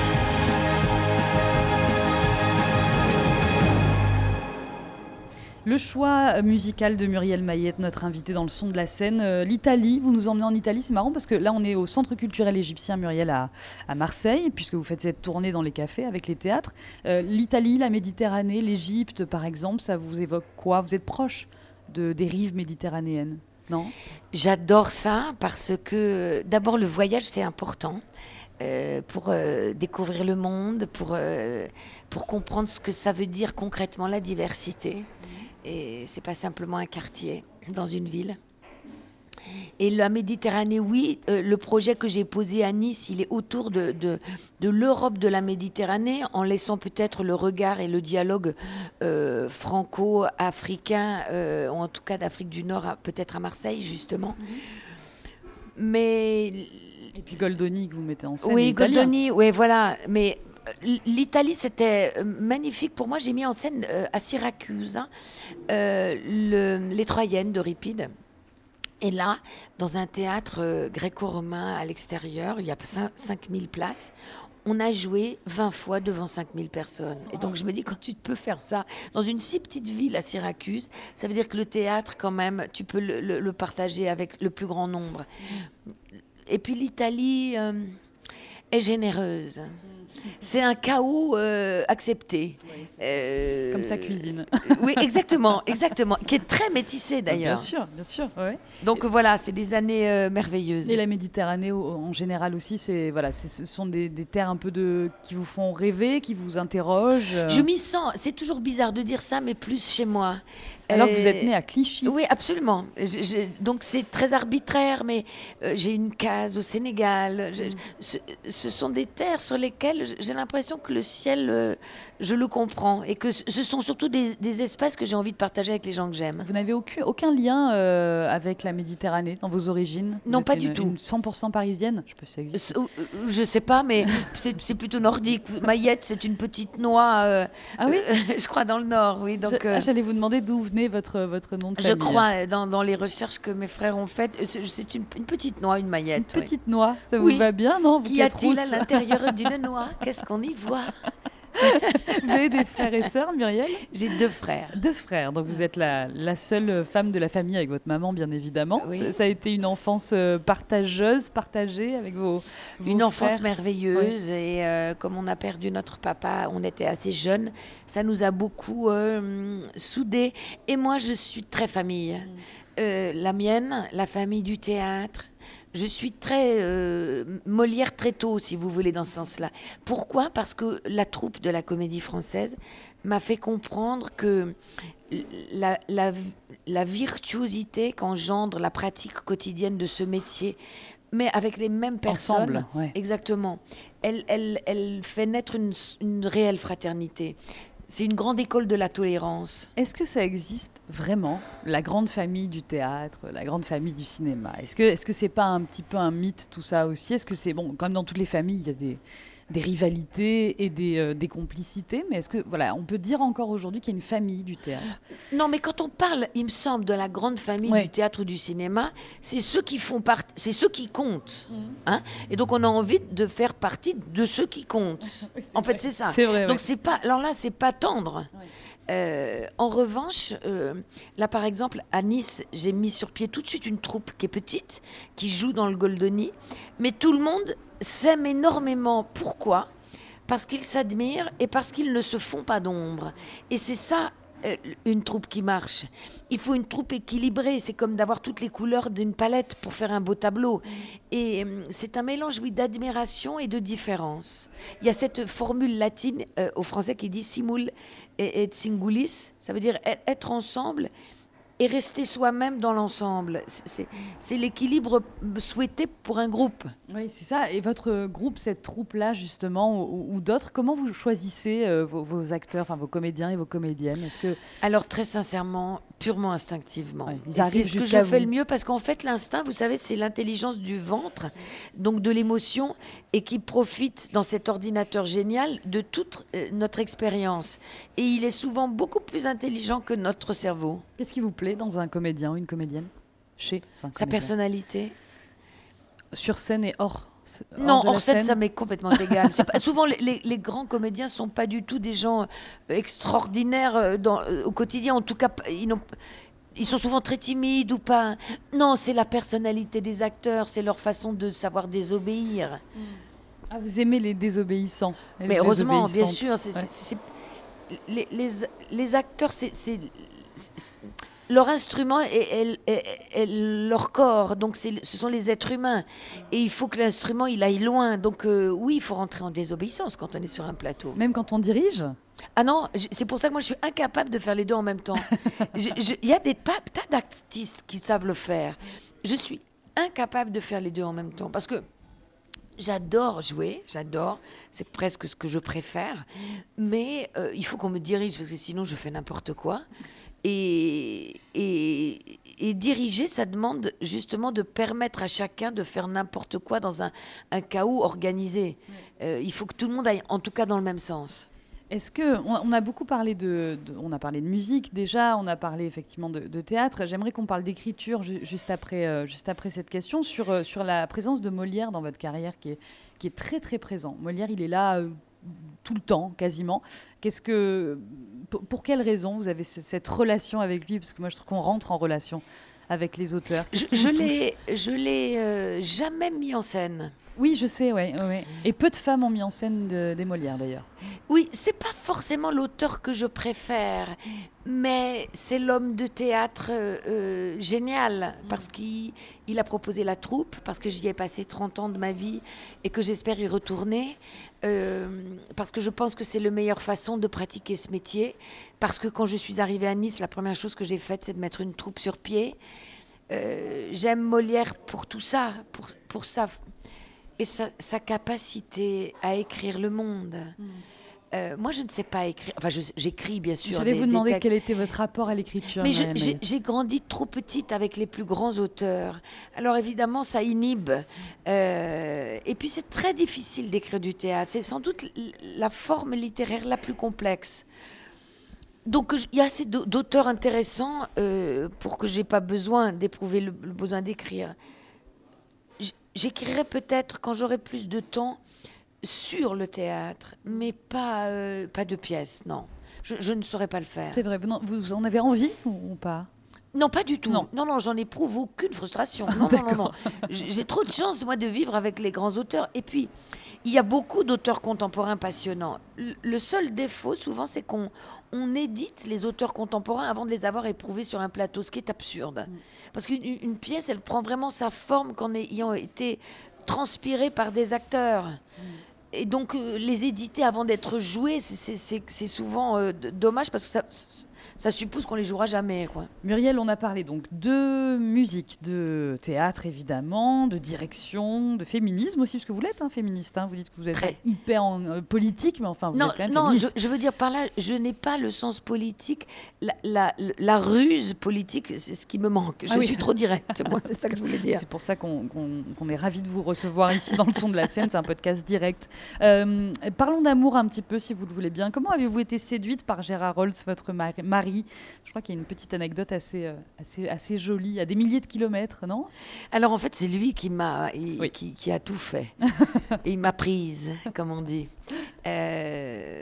Le Le choix musical de Muriel Mayette, notre invitée dans le son de la scène. Euh, L'Italie, vous nous emmenez en Italie, c'est marrant parce que là on est au Centre culturel égyptien Muriel à, à Marseille, puisque vous faites cette tournée dans les cafés avec les théâtres. Euh, L'Italie, la Méditerranée, l'Égypte par exemple, ça vous évoque quoi? Vous êtes proche de, des rives méditerranéennes, non? J'adore ça parce que d'abord le voyage c'est important. Euh, pour euh, découvrir le monde, pour, euh, pour comprendre ce que ça veut dire concrètement la diversité. Et c'est pas simplement un quartier dans une ville. Et la Méditerranée, oui, euh, le projet que j'ai posé à Nice, il est autour de, de, de l'Europe de la Méditerranée, en laissant peut-être le regard et le dialogue euh, franco-africain, euh, ou en tout cas d'Afrique du Nord, à, peut-être à Marseille, justement. Mais... Et puis Goldoni que vous mettez en scène. Oui, Goldoni, oui, voilà. Mais l'Italie, c'était magnifique. Pour moi, j'ai mis en scène euh, à Syracuse hein, euh, le, les Troyennes d'Euripide. Et là, dans un théâtre euh, gréco-romain à l'extérieur, il y a cinq mille places. On a joué vingt fois devant cinq mille personnes. Et donc, je me dis, quand tu peux faire ça dans une si petite ville à Syracuse, ça veut dire que le théâtre, quand même, tu peux le, le, le partager avec le plus grand nombre. Et puis l'Italie euh, est généreuse. C'est un chaos euh, accepté. Oui, euh, comme sa cuisine. Oui, exactement, exactement. Qui est très métissée d'ailleurs. Bien sûr, bien sûr. Ouais. Donc et, voilà, c'est des années euh, merveilleuses. Et la Méditerranée en général aussi, c'est voilà, ce sont des, des terres un peu de qui vous font rêver, qui vous interrogent. Je m'y sens. C'est toujours bizarre de dire ça, mais plus chez moi. Alors euh, que vous êtes né à Clichy. Oui, absolument. Je, je, donc c'est très arbitraire, mais euh, j'ai une case au Sénégal. Je, mm. ce, ce sont des terres sur lesquelles j'ai l'impression que le ciel, euh, je le comprends. Et que ce sont surtout des, des espaces que j'ai envie de partager avec les gens que j'aime. Vous n'avez aucun, aucun lien euh, avec la Méditerranée dans vos origines? Non, pas une, du tout. Une cent pour cent parisienne? Je sais pas si ça existe. Je sais pas, mais c'est plutôt nordique. Mayette, c'est une petite noix, euh, ah oui euh, je crois, dans le nord. Oui, donc, euh, J'allais vous demander d'où venait votre, votre nom de je famille. Je crois, dans, dans les recherches que mes frères ont faites, c'est une, une petite noix, une Mayette. Une petite oui. noix, ça vous oui. va bien, non? Qu'y a-t-il à l'intérieur d'une noix? Qu'est-ce qu'on y voit? Vous avez des frères et sœurs, Muriel? J'ai deux frères. Deux frères, donc vous êtes la, la seule femme de la famille avec votre maman, bien évidemment. Oui. Ça, ça a été une enfance partageuse, partagée avec vos, vos Une frères. enfance merveilleuse, oui. Et euh, comme on a perdu notre papa, on était assez jeunes, ça nous a beaucoup euh, soudés. Et moi, je suis très famille. Mm. Euh, la mienne, la famille du théâtre. Je suis très euh, Molière très tôt, si vous voulez, dans ce sens-là. Pourquoi? Parce que la troupe de la Comédie Française m'a fait comprendre que la, la, la virtuosité qu'engendre la pratique quotidienne de ce métier, mais avec les mêmes personnes, ensemble, ouais. Exactement, elle, elle, elle fait naître une, une réelle fraternité. C'est une grande école de la tolérance. Est-ce que ça existe vraiment, la grande famille du théâtre, la grande famille du cinéma? Est-ce que est-ce que c'est pas un petit peu un mythe tout ça aussi? Est-ce que c'est bon, comme dans toutes les familles, il y a des des rivalités et des, euh, des complicités, mais est-ce que voilà, on peut dire encore aujourd'hui qu'il y a une famille du théâtre? Non, mais quand on parle, il me semble, de la grande famille ouais. du théâtre ou du cinéma, c'est ceux qui font partie, c'est ceux qui comptent, mmh. hein. Et donc on a envie de faire partie de ceux qui comptent. Oui, en vrai. fait, c'est ça. C'est vrai, donc ouais. c'est pas, alors là, c'est pas tendre. Ouais. Euh, en revanche, euh, là par exemple à Nice, j'ai mis sur pied tout de suite une troupe qui est petite, qui joue dans le Goldoni, mais tout le monde s'aime énormément. Pourquoi? Parce qu'ils s'admirent et parce qu'ils ne se font pas d'ombre. Et c'est ça, euh, une troupe qui marche. Il faut une troupe équilibrée. C'est comme d'avoir toutes les couleurs d'une palette pour faire un beau tableau. Et euh, c'est un mélange, oui, d'admiration et de différence. Il y a cette formule latine euh, au français qui dit simul et singulis. Ça veut dire être ensemble et rester soi-même dans l'ensemble. C'est, c'est l'équilibre souhaité pour un groupe. Oui, c'est ça. Et votre groupe, cette troupe-là, justement, ou, ou d'autres, comment vous choisissez euh, vos, vos acteurs, enfin vos comédiens et vos comédiennes? Est-ce que... Alors, très sincèrement, purement instinctivement. Ouais, ils arrivent c'est ce que je vous. fais le mieux, parce qu'en fait, l'instinct, vous savez, c'est l'intelligence du ventre, donc de l'émotion, et qui profite, dans cet ordinateur génial, de toute euh, notre expérience. Et il est souvent beaucoup plus intelligent que notre cerveau. Qu'est-ce qui vous plaît dans un comédien ou une comédienne? Chez un Sa personnalité. Sur scène et hors Non, hors hors scène, ça m'est complètement égal. C'est pas, souvent, les, les, les grands comédiens sont pas du tout des gens euh, extraordinaires euh, dans, euh, au quotidien. En tout cas, ils, n'ont, ils sont souvent très timides ou pas. Non, c'est la personnalité des acteurs, c'est leur façon de savoir désobéir. Mm. Ah, vous aimez les désobéissants. Les Mais heureusement, bien désobéissantes. sûr. C'est, Ouais. c'est, c'est, les, les, les acteurs, c'est, c'est, c'est- leur instrument est, est- est- est leur corps. Donc, c'est, ce sont les êtres humains. Et il faut que l'instrument, il aille loin. Donc, euh, oui, il faut rentrer en désobéissance quand on est sur un plateau. Même quand on dirige. Ah non, j- c'est pour ça que moi, je suis incapable de faire les deux en même temps. Je- je- Il y a des pas- tas d'artistes qui savent le faire. Je suis incapable de faire les deux en même temps. Parce que j'adore jouer, j'adore, c'est presque ce que je préfère, mais euh, il faut qu'on me dirige parce que sinon je fais n'importe quoi. Et, et, et diriger, ça demande justement de permettre à chacun de faire n'importe quoi dans un, un chaos organisé. Euh, il faut que tout le monde aille, en tout cas, dans le même sens. Est-ce que on, on a beaucoup parlé de, de- on a parlé de musique déjà, on a parlé effectivement de, de théâtre. J'aimerais qu'on parle d'écriture ju- juste après, euh, juste après cette question sur euh, sur la présence de Molière dans votre carrière, qui est qui est très très présent. Molière, il est là euh, tout le temps, quasiment. Qu'est-ce que, pour, pour quelles raisons vous avez ce- cette relation avec lui? Parce que moi, je trouve qu'on rentre en relation avec les auteurs. Je, Qu'est-ce qui je vous touche? l'ai, je l'ai euh, jamais mis en scène. Oui, je sais, ouais, ouais, ouais. Et peu de femmes ont mis en scène de- des Molières d'ailleurs. Oui, c'est pas forcément l'auteur que je préfère, mais c'est l'homme de théâtre euh, euh, génial, parce qu'il il a proposé la troupe, parce que j'y ai passé trente ans de ma vie et que j'espère y retourner, euh, parce que je pense que c'est la meilleure façon de pratiquer ce métier, parce que quand je suis arrivée à Nice, la première chose que j'ai faite, c'est de mettre une troupe sur pied. Euh, j'aime Molière pour tout ça, pour, pour ça. Et sa, sa capacité à écrire le monde. Euh, moi, je ne sais pas écrire. Enfin, je- j'écris, bien sûr. J'allais des- vous des demander textes. quel était votre rapport à l'écriture. Mais je- Marianne j'ai Maillet. j'ai grandi trop petite avec les plus grands auteurs. Alors, évidemment, ça inhibe. Euh, et puis, c'est très difficile d'écrire du théâtre. C'est sans doute l- la forme littéraire la plus complexe. Donc, je- il y a assez d'au- d'auteurs intéressants euh, pour que je n'ai pas besoin d'éprouver le, le besoin d'écrire. J- J'écrirai peut-être quand j'aurai plus de temps sur le théâtre, mais pas, euh, pas de pièces, non. Je, je ne saurais pas le faire. C'est vrai, vous, n'en- vous en avez envie ou, ou pas? Non, pas du tout. Non. Non, non, j'en éprouve aucune frustration. Non, non, non, non. J'ai j'ai trop de chance, moi, de vivre avec les grands auteurs. Et puis, il y a beaucoup d'auteurs contemporains passionnants. Le- Le seul défaut, souvent, c'est qu'on on édite les auteurs contemporains avant de les avoir éprouvés sur un plateau, ce qui est absurde. Parce qu'une une pièce, elle prend vraiment sa forme qu'en ayant été transpirée par des acteurs. Et donc, euh, les éditer avant d'être joués, c'est- c'est c'est- c'est souvent euh, d- dommage parce que ça, ça suppose qu'on les jouera jamais, quoi. Muriel, on a parlé donc de musique, de théâtre évidemment, de direction, de féminisme aussi, parce que vous l'êtes hein, féministe. Hein, vous dites que vous êtes Très. hyper en, euh, politique, mais enfin vous Non, êtes quand même non je, féministe. je veux dire par là, je n'ai pas le sens politique, la, la- la ruse politique, c'est ce qui me manque. Je Ah oui. suis trop directe, moi, c'est ça que je voulais dire. C'est pour ça qu'on qu'on- qu'on est ravis de vous recevoir ici dans le son de la scène. C'est un podcast direct. Euh, parlons d'amour un petit peu, si vous le voulez bien. Comment avez-vous été séduite par Gérard Roltz, votre mari, mari Je crois qu'il y a une petite anecdote assez, euh, assez, assez jolie, à des milliers de kilomètres, non? Alors en fait, c'est lui qui m'a, il- Oui. qui, qui a tout fait. Et il m'a prise, comme on dit. Euh,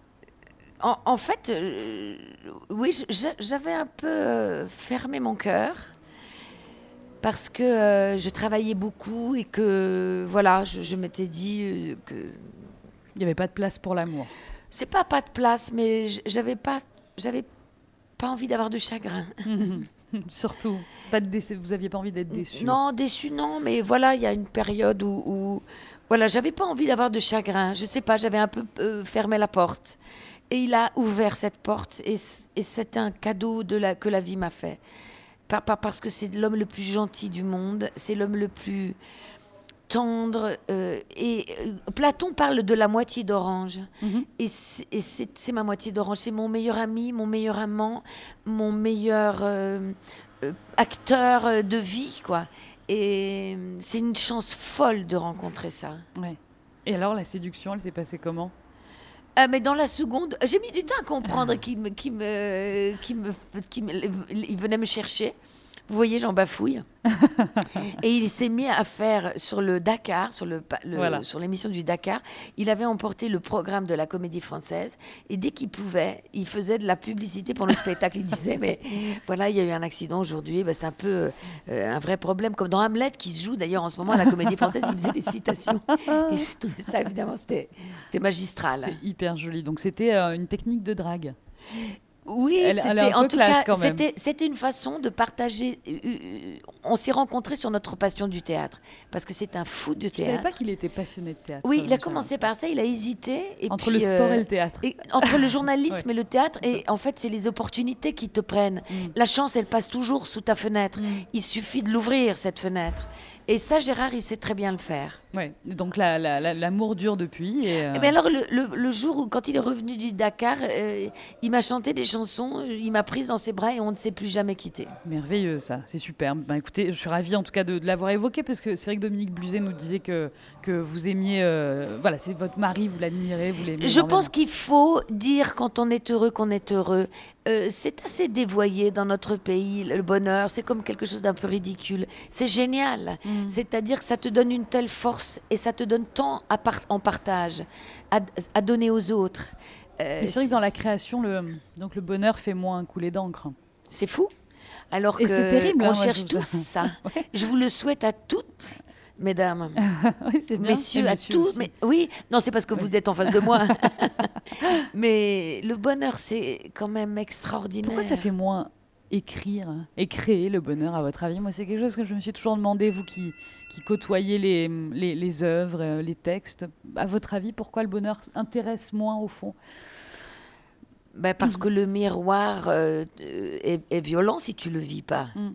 en, en fait, euh, oui, je- je- j'avais un peu euh, fermé mon cœur parce que euh, je travaillais beaucoup et que voilà, je, je m'étais dit euh, que Il n'y avait pas de place pour l'amour. c'est pas pas de place, mais j- j'avais pas, j'avais pas envie d'avoir de chagrin. Surtout, pas de déce- vous n'aviez pas envie d'être déçu. Non, déçu, non, mais voilà, il y a une période où, où voilà, j'avais pas envie d'avoir de chagrin. Je sais pas, j'avais un peu euh, fermé la porte. Et il a ouvert cette porte, et, c- et c'est un cadeau de la, que la vie m'a fait. Pas, pas parce que c'est l'homme le plus gentil du monde, c'est l'homme le plus tendre. euh, et euh, Platon parle de la moitié d'orange. Mhm. Et c'est et c'est- c'est ma moitié d'orange. C'est mon meilleur ami, mon meilleur amant, mon meilleur euh, euh, acteur euh, de vie, quoi. Et euh, c'est une chance folle de rencontrer ça. Ouais. Et alors, la séduction, elle s'est passée comment? Ah, mais dans la seconde, j'ai mis du temps à comprendre qu'il me, qu'il me, qu'il me, qu'il me- il venait me chercher. Vous voyez, j'en bafouille. Et il s'est mis à faire sur le Dakar, sur, le, le, voilà. sur l'émission du Dakar, il avait emporté le programme de la Comédie Française et dès qu'il pouvait, il faisait de la publicité pour le spectacle. Il disait, mais voilà, il y a eu un accident aujourd'hui, bah, c'est un peu euh, un vrai problème. Comme dans Hamlet, qui se joue d'ailleurs en ce moment à la Comédie Française, il faisait des citations. Et je trouvais ça, évidemment, c'était, c'était magistral. C'est hyper joli. Donc c'était euh, une technique de drague. Oui, elle, c'était, elle est un en peu tout classe, cas, quand même. c'était, c'était une façon de partager. Euh, on s'est rencontrés sur notre passion du théâtre, parce que c'est un fou de Je ne théâtre. savais pas qu'il était passionné de théâtre. Oui, il a commencé par ça, il a hésité. Et entre puis, le sport euh, et le théâtre. Et, entre le journalisme ouais. et le théâtre, et en fait, c'est les opportunités qui te prennent. Mm. La chance, elle passe toujours sous ta fenêtre. Mm. Il suffit de l'ouvrir, cette fenêtre. Et ça, Gérard, il sait très bien le faire. Ouais. Donc la, la, la, l'amour dure depuis. Et euh... Eh bien alors, le, le, le jour où, quand il est revenu du Dakar, euh, il m'a chanté des chansons, il m'a prise dans ses bras et on ne s'est plus jamais quitté. Merveilleux, ça, c'est superbe. Ben, écoutez, je suis ravie en tout cas de, de l'avoir évoqué, parce que c'est vrai que Dominique Bluzet nous disait que, que vous aimiez, euh, voilà, c'est votre mari, vous l'admirez, vous l'aimez. Je pense qu'il faut dire quand on est heureux qu'on est heureux. Euh, c'est assez dévoyé dans notre pays, le bonheur, c'est comme quelque chose d'un peu ridicule. C'est génial, mmh. C'est-à-dire que ça te donne une telle force et ça te donne tant à part- en partage, à, à donner aux autres. Euh, Mais c'est vrai que dans la création, le, donc le bonheur fait moins couler d'encre. C'est fou. Alors et que c'est terrible, on hein, cherche ouais, tous ça. Ouais. Je vous le souhaite à toutes. Mesdames, oui, c'est bien. messieurs, à tous. Mais, oui, non, c'est parce que oui. Vous êtes en face de moi. Mais le bonheur, c'est quand même extraordinaire. Pourquoi ça fait moins écrire et créer le bonheur, à votre avis? Moi, c'est quelque chose que je me suis toujours demandé, vous qui, qui côtoyez les, les, les œuvres, les textes. À votre avis, pourquoi le bonheur intéresse moins au fond? Ben parce mmh. que le miroir euh, est, est violent si tu ne le vis pas. Mmh.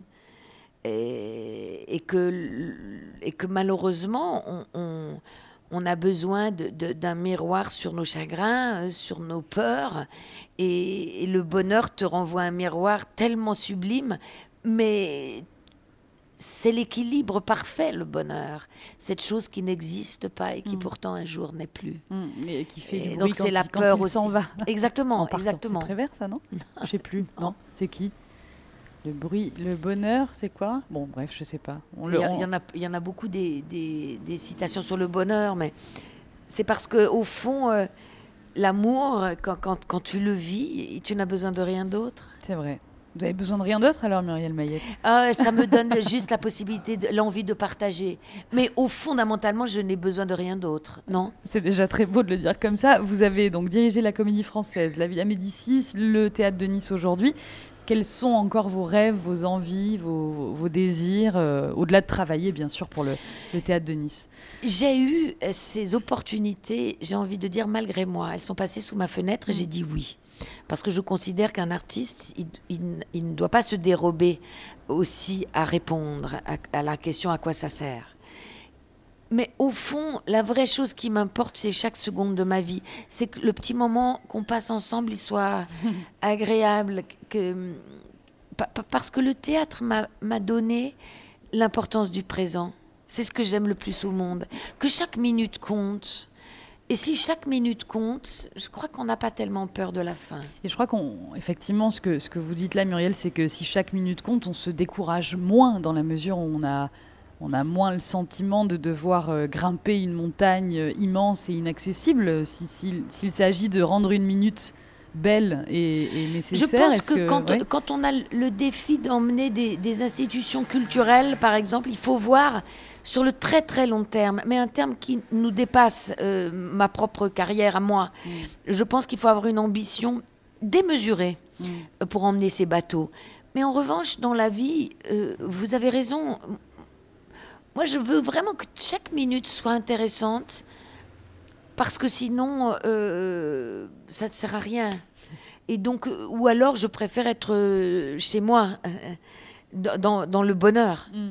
Et, et, que, et que malheureusement, on, on, on a besoin de, de, d'un miroir sur nos chagrins, sur nos peurs. Et, et le bonheur te renvoie un miroir tellement sublime, mais c'est l'équilibre parfait, le bonheur. Cette chose qui n'existe pas et qui mmh. pourtant un jour n'est plus. Mmh. Et qui fait et du donc bruit c'est quand la il, peur quand il aussi. S'en va. Exactement, exactement. C'est Prévert, ça, non? Je ne sais plus. Non, non. C'est qui? Le bruit, le bonheur, c'est quoi? Bon, bref, je sais pas. On le, il, y a, on... il, y en a, il y en a beaucoup des, des, des citations sur le bonheur, mais c'est parce que au fond, euh, l'amour, quand, quand, quand tu le vis, tu n'as besoin de rien d'autre. C'est vrai. Vous avez besoin de rien d'autre alors, Muriel Mayette? Ah, ça me donne juste la possibilité, de, l'envie de partager. Mais au fondamentalement, je n'ai besoin de rien d'autre, non? C'est déjà très beau de le dire comme ça. Vous avez donc dirigé la Comédie Française, la Villa Médicis, le Théâtre de Nice aujourd'hui. Quels sont encore vos rêves, vos envies, vos, vos, vos désirs, euh, au-delà de travailler, bien sûr, pour le, le Théâtre de Nice? J'ai eu ces opportunités, j'ai envie de dire, malgré moi. Elles sont passées sous ma fenêtre et j'ai dit oui. Parce que je considère qu'un artiste, il, il, il ne doit pas se dérober aussi à répondre à, à la question à quoi ça sert. Mais au fond, la vraie chose qui m'importe, c'est chaque seconde de ma vie. C'est que le petit moment qu'on passe ensemble, il soit agréable. Que, parce que le théâtre m'a, m'a donné l'importance du présent. C'est ce que j'aime le plus au monde. Que chaque minute compte. Et si chaque minute compte, je crois qu'on n'a pas tellement peur de la fin. Et je crois qu'effectivement, ce que, ce que vous dites là, Muriel, c'est que si chaque minute compte, on se décourage moins dans la mesure où on a... On a moins le sentiment de devoir euh, grimper une montagne euh, immense et inaccessible. Si, si, s'il s'agit de rendre une minute belle et, et nécessaire. Je pense est-ce que, que quand, ouais. quand on a le défi d'emmener des, des institutions culturelles, par exemple, il faut voir sur le très très long terme, mais un terme qui nous dépasse euh, ma propre carrière à moi. Mm. Je pense qu'il faut avoir une ambition démesurée mm. pour emmener ces bateaux. Mais en revanche, dans la vie, euh, vous avez raison. Moi, je veux vraiment que chaque minute soit intéressante parce que sinon, euh, ça ne sert à rien. Et donc, ou alors, je préfère être chez moi, euh, dans, dans le bonheur. Mm.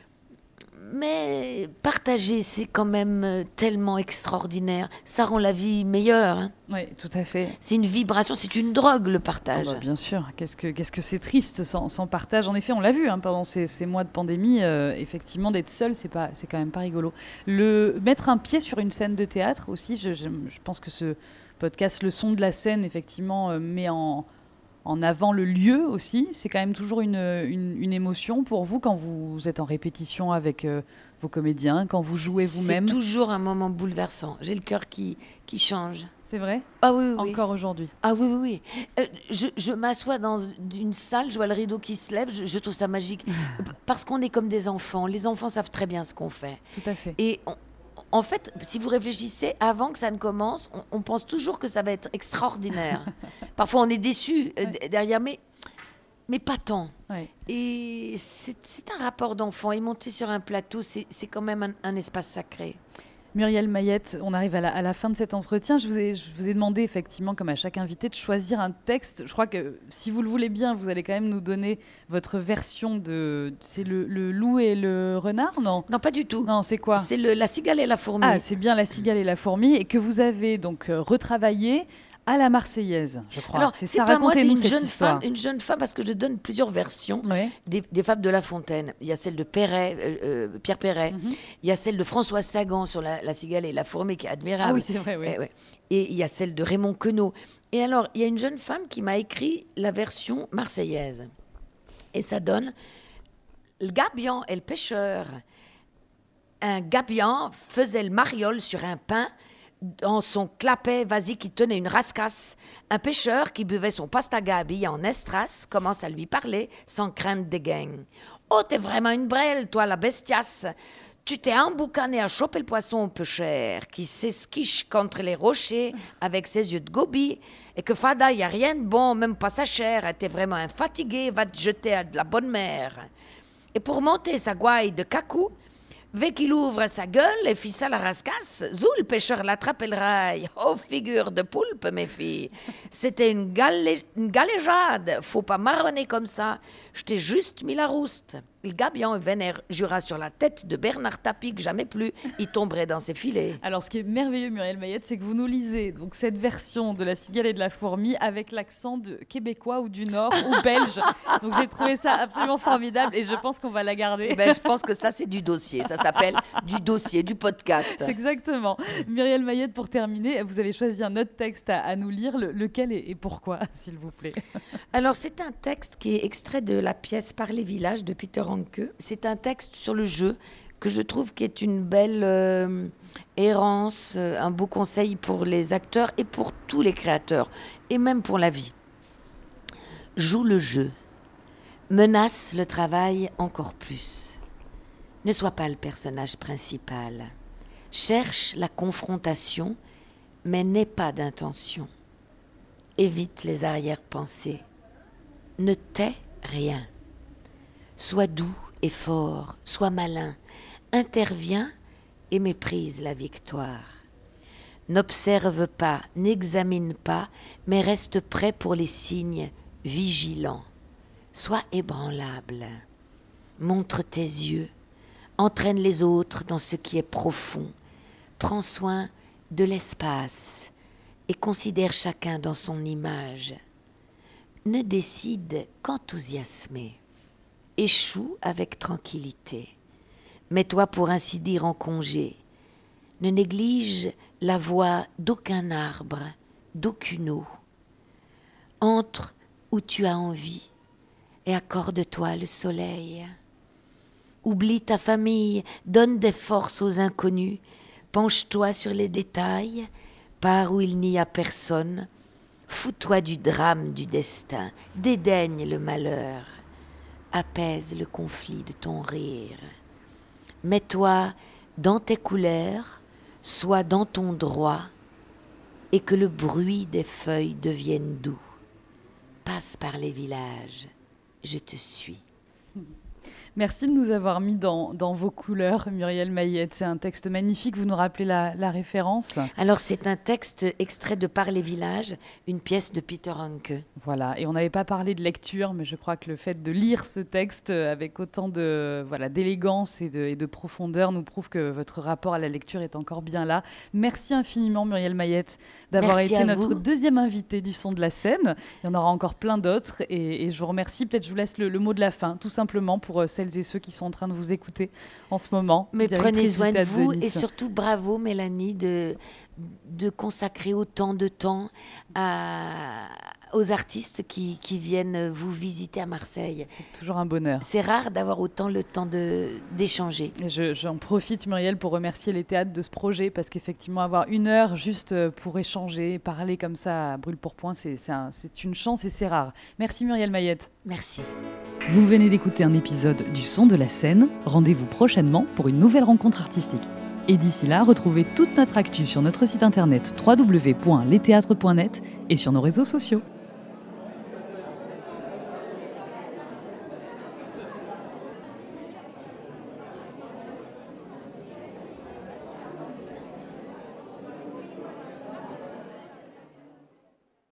Mais partager, c'est quand même tellement extraordinaire. Ça rend la vie meilleure. Hein. Oui, tout à fait. C'est une vibration, c'est une drogue, le partage. Oh bah bien sûr. Qu'est-ce que, qu'est-ce que c'est triste sans, sans partage. En effet, on l'a vu hein, pendant ces, ces mois de pandémie. Euh, effectivement, d'être seul, c'est, pas, c'est quand même pas rigolo. Le, mettre un pied sur une scène de théâtre aussi, je, je, je pense que ce podcast, le son de la scène, effectivement, euh, met en... en avant le lieu aussi. C'est quand même toujours une, une, une émotion pour vous quand vous êtes en répétition avec euh, vos comédiens, quand vous jouez vous-même. C'est toujours un moment bouleversant. J'ai le cœur qui, qui change. C'est vrai ? Ah oui, oui. Encore aujourd'hui. Ah oui, oui, oui. Euh, je je m'assois dans une salle, je vois le rideau qui se lève, je, je trouve ça magique. Parce qu'on est comme des enfants. Les enfants savent très bien ce qu'on fait. Tout à fait. Et on, en fait, si vous réfléchissez, avant que ça ne commence, on, on pense toujours que ça va être extraordinaire. Parfois, on est déçu euh, Ouais. derrière, mais, mais pas tant. Ouais. Et c'est c'est un rapport d'enfant. Et monter sur un plateau, c'est c'est quand même un, un espace sacré. Muriel Mayette, on arrive à la, à la fin de cet entretien. Je vous, ai, je vous ai demandé effectivement, comme à chaque invité, de choisir un texte. Je crois que si vous le voulez bien, vous allez quand même nous donner votre version de... C'est le, le loup et le renard, non ? Non, pas du tout. Non, c'est quoi ? C'est le- la cigale et la fourmi. Ah, c'est bien La cigale et la fourmi, et que vous avez donc euh, retravaillé à la Marseillaise, je crois. Alors, c'est c'est ça, pas moi, c'est racontez-nous une cette jeune histoire. femme, une jeune femme, parce que je donne plusieurs versions Ouais. des, des fables de La Fontaine. Il y a celle de Perret, euh, euh, Pierre Perret. Mhm. Il y a celle de François Sagan sur la, la cigale et la fourmi, qui est admirable. Ah oui, c'est vrai, oui. Eh ouais. Et il y a celle de Raymond Queneau. Et alors, il y a une jeune femme qui m'a écrit la version marseillaise. Et ça donne le gabian et le pêcheur. Un gabian faisait le mariole sur un pain. Dans son clapet, vas-y, qui tenait une rascasse. Un pêcheur qui buvait son pastaga habillé en estrasse commence à lui parler sans crainte des gangs. « Oh, t'es vraiment une brêle, toi, la bestiasse. Tu t'es emboucané à choper le poisson peu cher, qui s'esquiche contre les rochers avec ses yeux de gobi, et que fada, y a rien de bon, même pas sa chair. T'es vraiment un fatigué, va te jeter à de la bonne mer. » Et pour monter sa gouaille de cacou, Vé qu'il ouvre sa gueule et fit ça la rascasse, zou le pêcheur l'attrape et le rail. Oh, figure de poulpe, mes filles. C'était une, galé- une galéjade. Faut pas marronner comme ça. Je t'ai juste mis la rouste. Le gabian vénère jura sur la tête de Bernard Tapie que jamais plus il tomberait dans ses filets. Alors, ce qui est merveilleux, Muriel Mayette, c'est que vous nous lisez donc cette version de La cigale et de la fourmi avec l'accent de québécois ou du Nord ou belge. Donc, j'ai trouvé ça absolument formidable et je pense qu'on va la garder. Eh ben, je pense que ça, c'est du dossier. Ça s'appelle du dossier, du podcast. C'est exactement. Muriel Mayette, pour terminer, vous avez choisi un autre texte à, à nous lire. Le- lequel et, et pourquoi, s'il vous plaît ? Alors, c'est un texte qui est extrait de la pièce Par les villages de Peter Hanke. C'est un texte sur le jeu que je trouve qui est une belle euh, errance, euh, un beau conseil pour les acteurs et pour tous les créateurs, et même pour la vie. Joue le jeu. Menace le travail encore plus. Ne sois pas le personnage principal. Cherche la confrontation, mais n'aie pas d'intention. Évite les arrière-pensées. Ne tais rien. Sois doux et fort, sois malin, interviens et méprise la victoire. N'observe pas, n'examine pas, mais reste prêt pour les signes, vigilant. Sois ébranlable. Montre tes yeux, entraîne les autres dans ce qui est profond. Prends soin de l'espace et considère chacun dans son image. Ne décide qu'enthousiasmer. Échoue avec tranquillité. Mets-toi pour ainsi dire en congé. Ne néglige la voix d'aucun arbre, d'aucune eau. Entre où tu as envie et accorde-toi le soleil. Oublie ta famille, donne des forces aux inconnus, penche-toi sur les détails, pars où il n'y a personne, fous-toi du drame du destin, dédaigne le malheur. Apaise le conflit de ton rire. Mets-toi dans tes couleurs, sois dans ton droit, et que le bruit des feuilles devienne doux. Passe par les villages, je te suis. Merci de nous avoir mis dans, dans vos couleurs, Muriel Mayette. C'est un texte magnifique. Vous nous rappelez la, la référence ? Alors, c'est un texte extrait de Par les villages, une pièce de Peter Hanke. Voilà. Et on n'avait pas parlé de lecture, mais je crois que le fait de lire ce texte avec autant de, voilà, d'élégance et de, et de profondeur nous prouve que votre rapport à la lecture est encore bien là. Merci infiniment, Muriel Mayette, d'avoir Merci été à notre vous. deuxième invitée du Son de la Scène. Il y en aura encore plein d'autres. Et, et je vous remercie. Peut-être je vous laisse le, le mot de la fin, tout simplement, pour euh, celles et ceux qui sont en train de vous écouter en ce moment. Mais prenez Directrice soin du de Théâtre vous Nice. et surtout bravo Mélanie de, de consacrer autant de temps à, aux artistes qui, qui viennent vous visiter à Marseille. C'est toujours un bonheur. C'est rare d'avoir autant le temps de, d'échanger. Je, j'en profite, Muriel, pour remercier les théâtres de ce projet, parce qu'effectivement, avoir une heure juste pour échanger, parler comme ça à brûle-pourpoint, c'est, c'est, un, c'est une chance et c'est rare. Merci Muriel Mayette. Merci. Vous venez d'écouter un épisode du Son de la scène. Rendez-vous prochainement pour une nouvelle rencontre artistique. Et d'ici là, retrouvez toute notre actu sur notre site internet w w w point les théâtres point net et sur nos réseaux sociaux.